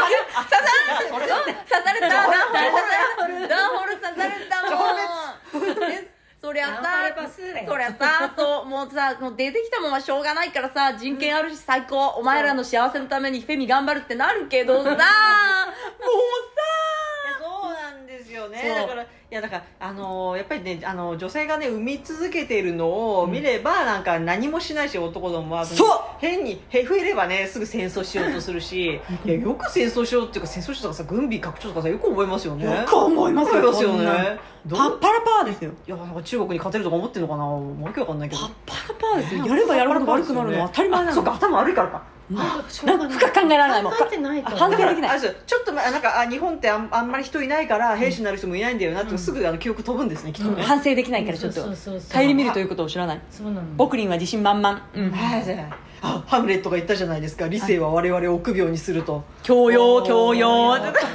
された。ダンホール、ダンホール刺されたもん。そりゃさ、そりゃさ、そう、もうさ、もう出てきたもんはしょうがないからさ、人権あるし最高。お前らの幸せのためにフェミ頑張るってなるけどさ、もうさ、 そうなんですよね。 ね。だからいやだからあのやっぱりねあの女性がね産み続けているのを見れば、うん、なんか何もしないし男どもはそう変にへ増えればねすぐ戦争しようとするしいやよく戦争しようっていうか戦争しようとかさ軍備拡張とかさよく思いますよね。 よく思いますよ。 ますよね。 パッパラパーですよ。 いや中国に勝てるとか思ってるのかなわけわかんないけど。 パッパラパーですよ。やればやるほど悪くなるのは当たり前なの。 そうか頭悪いからか。 なんか深く考えられないもん。 考えてないと反省できない。 ちょっとなんかあ日本ってあ ん, あんまり人いないから兵士になる人もいないんだよなって、うん、すぐあの記憶飛ぶんですねきっとね、うん、 反省できないからちょっと顧みるということを知らない。 そうなの。 僕には自信満々、うん、 あハムレットが言ったじゃないですか。理性は我々を臆病にすると教養教養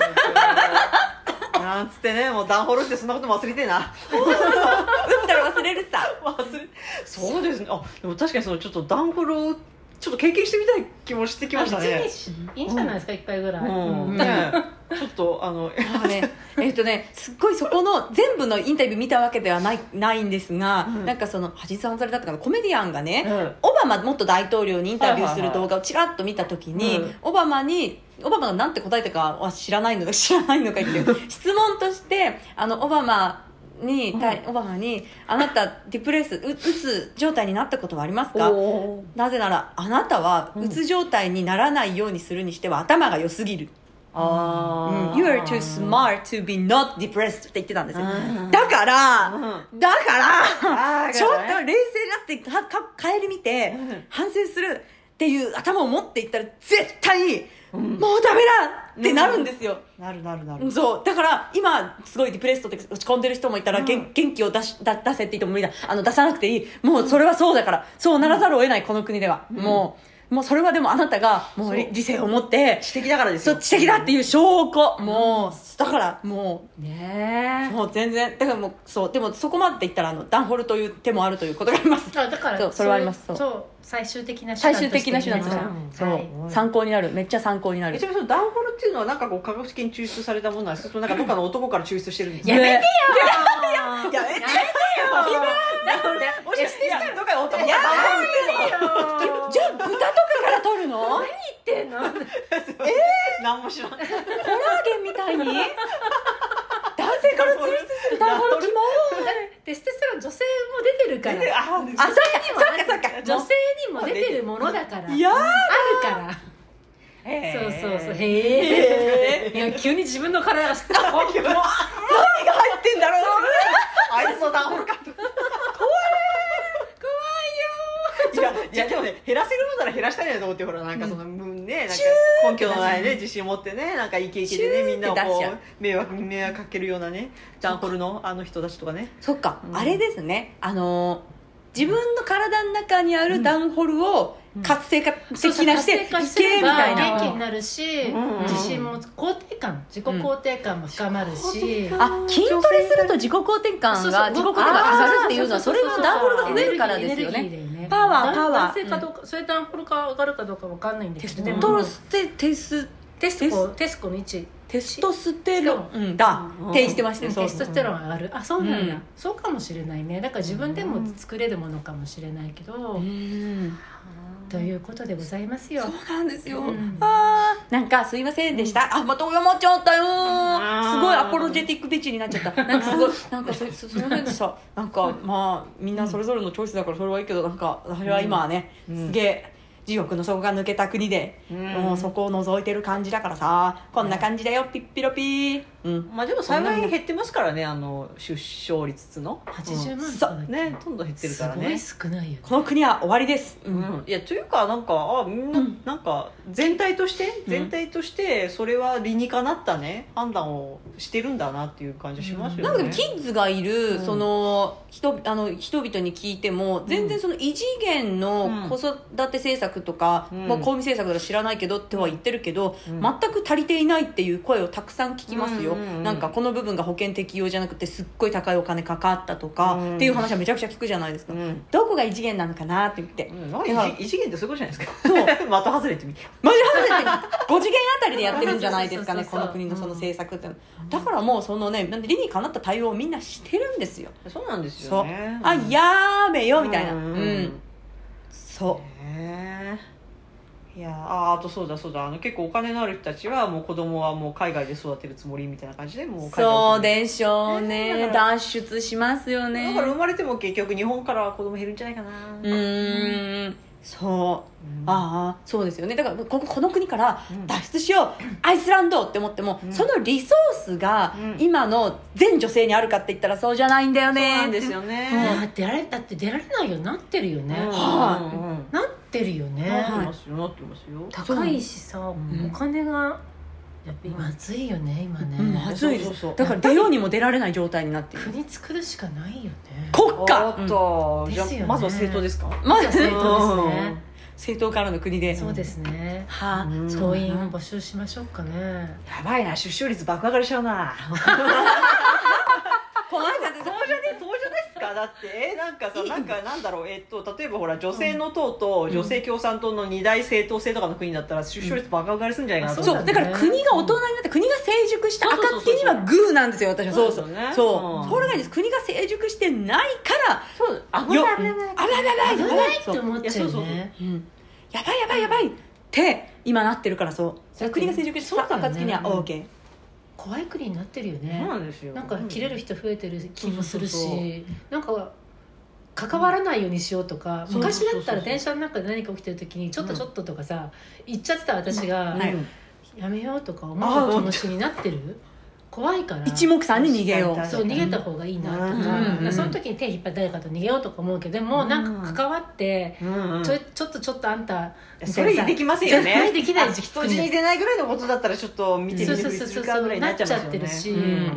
なんつってねもうダンホルってそんなことも忘れてえな打ったら忘れるさ忘れそうですね。あでも確かにそのちょっとダンホルをちょっと経験してみたい気もしてきましたね。 いいんじゃないですか、うん、いっかいぐらい、 うんうん、ねちょっとあのあねえっとねすっごいそこの全部のインタビュー見たわけではないないんですが、うん、なんかその実際されだったかなコメディアンがね、うん、オバマ元大統領にインタビューする動画をちらっと見た時に、はいはいはい、オバマにオバマがなんて答えたかは知らないのか知らないのかっていう質問としてあのオバマに、うん、オバマにあなたディプレスううつ状態になったことはありますか。なぜならあなたはうつ状態にならないようにするにしては頭が良すぎる。あうん、You are too smart to be not depressed って言ってたんですよ。だから、うん、だからちょっと冷静になってかか帰り見て、うん、反省するっていう頭を持っていったら絶対、うん、もうダメだってなるんですよ、 うん、なるなるなる。 そうだから今すごいディプレッションって落ち込んでる人もいたら、うん、元, 元気を出しだ出せって言っても無理だあの出さなくていいもうそれはそうだからそうならざるを得ないこの国では、うん、もうもうそれはでもあなたがもう理性を持って知的だからですよ。 そう知的だっていう証拠、うん、もうだからもうねもう全然だからもうそうでもそこまで言ったらあのダンホルという手もあるということがあります。 あだからそうそれはあります。 そうそう最終的な手段として、ね、 最終的な手段として、そう、はい、参考になるめっちゃ参考になる。 ちなみにそのダンホルっていうのはなんかこう科学的に抽出されたものなんですけどなんかどっかの男から抽出してるんですやめてよやめてよやめてよもしかしてどっかの男からやめてよじゃあ豚とかから取るの。 何言ってんのえー、何も知らない。 コラーゲンみたいに男性から抽出するダンホルキモテステストロン女性も出てるからあ、あ、そっかそっか女性にも出てるものだからいやあるからそうそうそうへえいや急に自分の体が知ってた何が入ってんだろうあいつのダンホルか怖いいやいやでもね減らせるものなら減らしたいなと思ってほらなんかその、うん、ねなんか根拠のないね自信を持ってねなんかイケイケでねみんなをこう迷惑に迷惑かけるようなねダンホルのあの人たちとかねそっか、うん、あれですねあの自分の体の中にあるダンホルを活性化的なしていけみたいな元気になるし、うんうん、自信も肯定感自己肯定感も深まるし、 うん、あ筋トレすると自己肯定感が自己肯定感が上がるっていうのはそれはダンホルが増えるからですよね。パワーパワー男性かどうか、うん、それダンホルが上がるかどうか分かんないんですけど、 テストステテステスコテスコの位置テストステロン、うん、だってしてましたね。 テストステロン上がるあそうなんだ、うん、そうかもしれないね。だから自分でも作れるものかもしれないけど、うん、ということでございますよ。 そうなんですよ、うん、あなんかすいませんでした、うん、あまた謝っちゃったよすごいアポロジェティックビッチになっちゃったなんかすごいなんかそそその辺でさなんかまあみんなそれぞれのチョイスだからそれはいいけどなんか私は今はね、うん、すげえ地獄の底が抜けた国で、うん、もうそこを覗いてる感じだからさこんな感じだよピッピロピー、うんまあ、でも幸い減ってますからねあの出生率のはちじゅうまん、うん、 そうねどんどん減ってるからねすごい少ないよねこの国は終わりです、 うんうん、いやというかなんかあみんな、うん、なんか全体として全体としてそれは理にかなったね判断をしてるんだなっていう感じしますよね、 うん、なんかキッズがいる、うん、その 人, あの人々に聞いても全然その異次元の子育て政策とか、うんまあ、公務政策とか知らないけどっては言ってるけど、うん、全く足りていないっていう声をたくさん聞きますよ、うんうんうん、なんかこの部分が保険適用じゃなくてすっごい高いお金かかったとか、うん、っていう話はめちゃくちゃ聞くじゃないですか、うん、どこが異次元なのかなって言って、うん、 異次元ってそういうことじゃないですかそう的外れてみて的外れてご次元あたりでやってるんじゃないですかねこの国のその政策って、うん、だからもうそのね理にかなった対応をみんなしてるんですよ。 そうなんですよね。 あやめよみたいな、うん、うん、そうへいやああとそうだそうだあの結構お金のある人たちはもう子供はもう海外で育てるつもりみたいな感じでもう海外そうでしょうね、 ね、 脱出しますよね。 だから生まれても結局日本からは子供減るんじゃないかな。 うーんそう、うん、ああそうですよね。だからこここの国から脱出しよう、うん、アイスランドって思っても、うん、そのリソースが今の全女性にあるかって言ったらそうじゃないんだよね。 そうなんですよね、 うん、だってあれだって出られないようになってるよね、 うん、 はい、うん、なってるよね。 なってますよなってますよ。 高いしさ、うん、お金がやっぱりまずいよね今ね、 うん、まずいです。そうそうそうだから出ようにも出られない状態になってる。 国作るしかないよね。 国家おっと、 うん、 じゃあですよね、 まずは政党ですか。 まずは政党ですね。 政党からの国で。 そうですね。 はあ、 党員を募集しましょうかね。 やばいな、出生率爆上がりしちゃうな。この間そうじゃねそうじゃないですか。だってえなんかさなんかなんだろうえっと例えばほら女性の党と女性共産党の二大政党制とかの国だったら出生率爆上がりするんじゃないかなと思う。 そうだから国が大人になって国が成熟した暁にはグーなんですよ私は。そうそうそうそれがいいです。国が成熟してないからそう危ない危ない危ない危ないって思っちゃうね。 やばいやばいやばいって今なってるからそう国が成熟した暁には OK。 怖い国になってるよね。 そうなんですよ。 なんか切れる人増えてる気もするし、なんか関わらないようにしようとか、うん、昔だったら電車の中で何か起きてる時にちょっとちょっととかさ、うん、言っちゃってた私が、うん、やめようとか思う気持ちになってる。怖いから一目散に逃げよう。 そう逃げた方がいいなとか、うん、その時に手引っ張って誰かと逃げようとか思うけどでも、うん、なんか関わって、うん、ちょちょっとちょっとあんたそれできませんよね。 できない人死に出ないぐらいのことだったらちょっと見てみるするかぐらいになっちゃってるし、うん、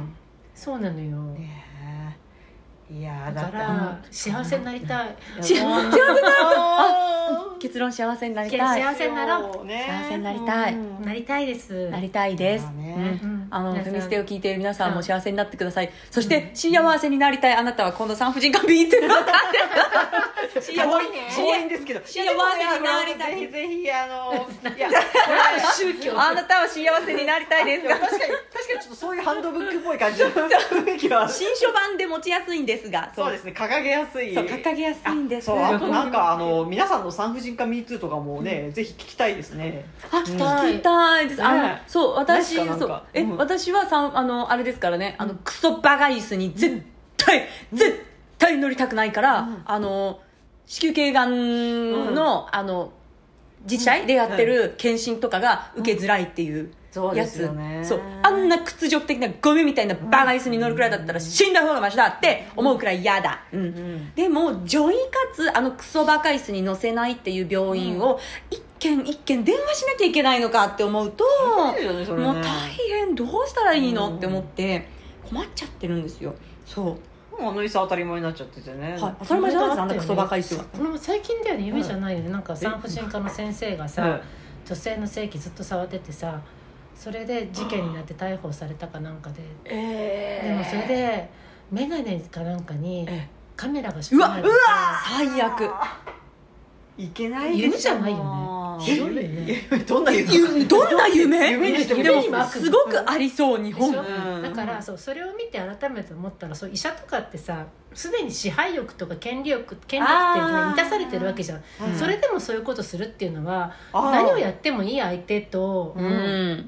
そうなのよ。 いやだから幸せになりたい。 幸せになりたい。結論幸せになりたい。 幸せになろう。 幸せになりたい。 なりたいです。 なりたいです。あのフェミステを聞いている皆さんも幸せになってください。そして幸せになりたいあなたは今度産婦人科ビーって分かって幸せですけど幸せになりたい。ぜひぜひあのいや宗教あなたは幸せになりたいですが確かに確かにちょっとそういうハンドブックっぽい感じの雰囲気は新書版で持ちやすいんですがそうですね掲げやすい。 そう掲げやすいんです。 そうあとなんかあの皆さんの産婦人科ミーツーとかもねぜひ聞きたいですね。 あ聞きたいです。あのそう私そうえ私はさあのあれですからねあのクソバカ椅子に絶対絶対乗りたくないからあの子宮頸がんのあの自治体でやってる検診とかが受けづらいっていうやつ、 ね、 そうあんな屈辱的なゴミみたいなバカ椅子に乗るくらいだったら死んだ方がマシだって思うくらい嫌だ、うんうん、でも女医かつあのクソバカ椅子に乗せないっていう病院を一軒一軒電話しなきゃいけないのかって思うと、ね、もう大変どうしたらいいの、うん、って思って困っちゃってるんですよ。そうもうあの椅子当たり前になっちゃっててね、 はい、当たり前じゃないですかあんなクソバカ椅子は。 これ最近だよね夢じゃないよね、うん、なんか産婦人科の先生がさ、うん、女性の性器ずっと触っててさそれで事件になって逮捕されたかなんかで、えー、でもそれで眼鏡かなんかにカメラが仕込まれてて、 うわ最悪いけない夢じゃないよね。ひどいよね。 どんな夢どんな夢夢にしてもでもすごくありそう日本、 うん、だからそうそれを見て改めて思ったらそう医者とかってさすでに支配欲とか権利欲権力っていうのが満たされてるわけじゃん、うん、それでもそういうことするっていうのは何をやってもいい相手と、うん、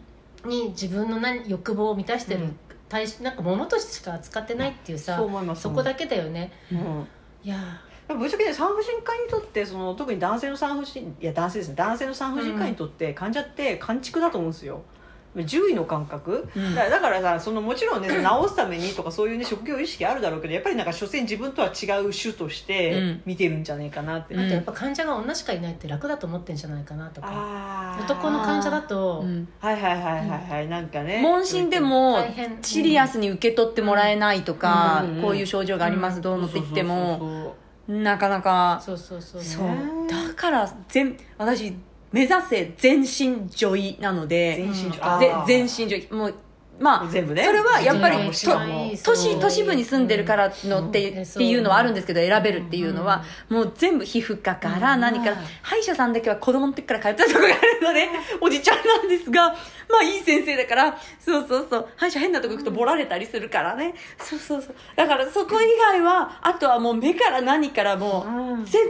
に自分の何欲望を満たしてる、うん、対なんか物としてしか扱ってないっていうさ そ, そこだけだよね、うん、いやぶっちゃけね産婦人科にとってその特に男性の産婦人いや男性ですね男性の産婦人科にとって患者って完畜だと思うんですよ。獣医の感覚、うん、だ, だからさそのもちろんね治すためにとかそういうね職業意識あるだろうけどやっぱりなんか所詮自分とは違う種として見てるんじゃないかなって、 うん、あとやっぱ患者が女しかいないって楽だと思ってんじゃないかなとか男の患者だと、うん、 はいはいはいはいはい、うん、なんかね問診でもシリアスに受け取ってもらえないとか、うん、こういう症状があります、うん、どうのって言ってもなかなかそうそうそうそうだから全私目指せ全身女医なので全身女医、 うん、全身女医もうまあ全部ねそれはやっぱり都市都市部に住んでるからのって、うん、っていうのはあるんですけど選べるっていうのは、うん、もう全部皮膚科から何から、うん、歯医者さんだけは子供の時から通ったところがあるのでおじちゃんなんですがまあいい先生だからそうそうそう歯医者変なとこ行くとボラれたりするからねそうそうそうだからそこ以外はあとはもう目から何からもう、うん、全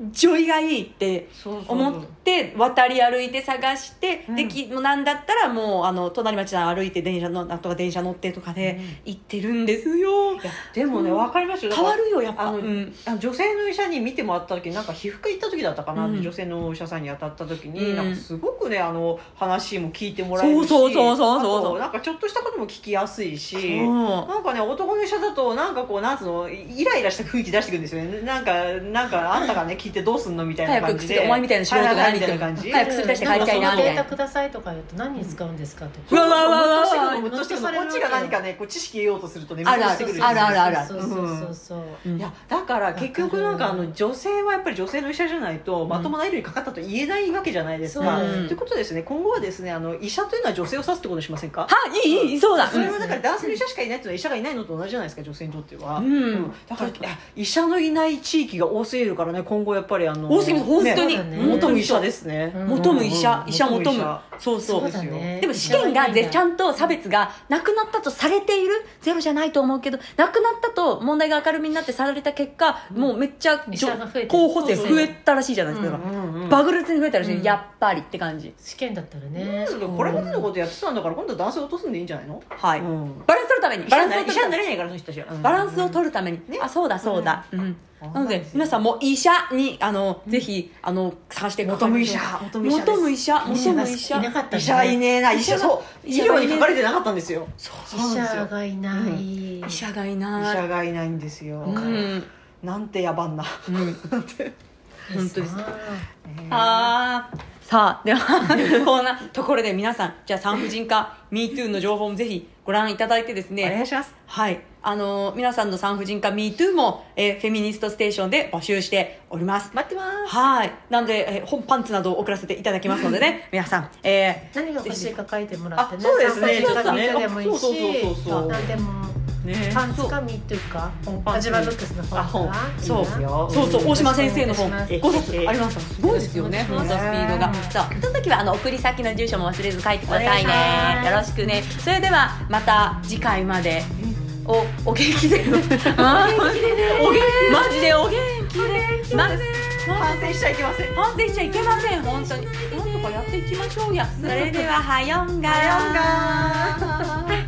女医がいいって思って渡り歩いて探して、うん、できなんだったらもうあの隣町歩いて電車のなんとか電車乗ってとかで行ってるんですよ、うん、いやでもね分かりますよ変わるよやっぱあの、うん、あの女性の医者に見てもらった時なんか皮膚科行った時だったかな、うん、女性のお医者さんに当たった時に、うん、なんかすごくねあの話も聞いてもらえるし、 そうそうそうそうそう、 なんかちょっとしたことも聞きやすいし、なんかね男の医者だとなんかこうなんつうのイライラした雰囲気出してくるんですよね。なんかなんかあんたがね聞いてどうすんのみたいな感じで、 お前みたいな素人が何言ってる感じ、 早く薬出して帰りたいなみたいな。 データくださいとか言うと何に使うんですかとか、うわわわわわムッとしてくる。こっちが何かねこう知識得ようとするとねムッとしてくる。 あるあるあるある。 そうそうそうそう。 いやだから結局なんかあの女性はやっぱり女性の医者じゃないとまともな医療にかかったと言えないわけじゃないですか。ということですね。今後はですねあの医者というのは女性を指すってことにしませんか。 はいいいいそうだ。 それはだから男性の医者しかいないっていうのは医者がいないのと同じじゃないですか女性にとっては。うん。だから医者のいない地域が多すぎるからね今後やっぱりあの多すぎる本当に求む医者ですね。 求む医者医者求む。そうそうですよ。でも試験がちゃんと差別がなくなったとされているゼロじゃないと思うけどなくなったと問題が明るみになってされた結果もうめっちゃ候補生増えたらしいじゃないですか。爆裂に増えたらしいやっぱりって感じ。 試験だったらね。 これまでのことやってたんだから今度は男性を落とすんでいいんじゃないの。 はい。バランス取るためにバランス医者になれないからその人たちはバランスを取るためにあそうだそうだ。なので皆さんも医者にあのぜひあの探して求む医者求む医者求む医者求む医者医者いねえな医者そう医療に書かれてなかったんですよ。 医者がいない医者がいない医者がいないんですよ。なんて野蛮な本当です。ああさあではこんなところで皆さんじゃあ産婦人科 ミートゥー の情報もぜひご覧いただいてですねお願いします。 はいあのー、皆さんの産婦人科 ミートゥー も、えー、フェミニストステーションで募集しております。 待ってます。 はいなので、えー、本パンツなどを送らせていただきますのでね皆さん、えー、何が欲しいか書いてもらってね。 そうですねちょっとねでもいいしそうそうそうそう何でもね、パンツかミートゥーかアジバルックスの本かそうそうそう大島先生の本ごさつありました。すごいですよね本当スピードが。そうその時はあの送り先の住所も忘れず書いてくださいね。よろしくね。それではまた次回までおお元気でお元気でねお元気マジでお元気でマジで反省しちゃいけません。 反省しちゃいけません本当になんとかやっていきましょうや。それでははよんがはよんが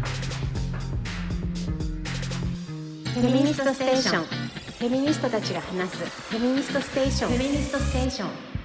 フェミニストステーション。フェミニストたちが話すフェミニストステーション。フェミニストステーション。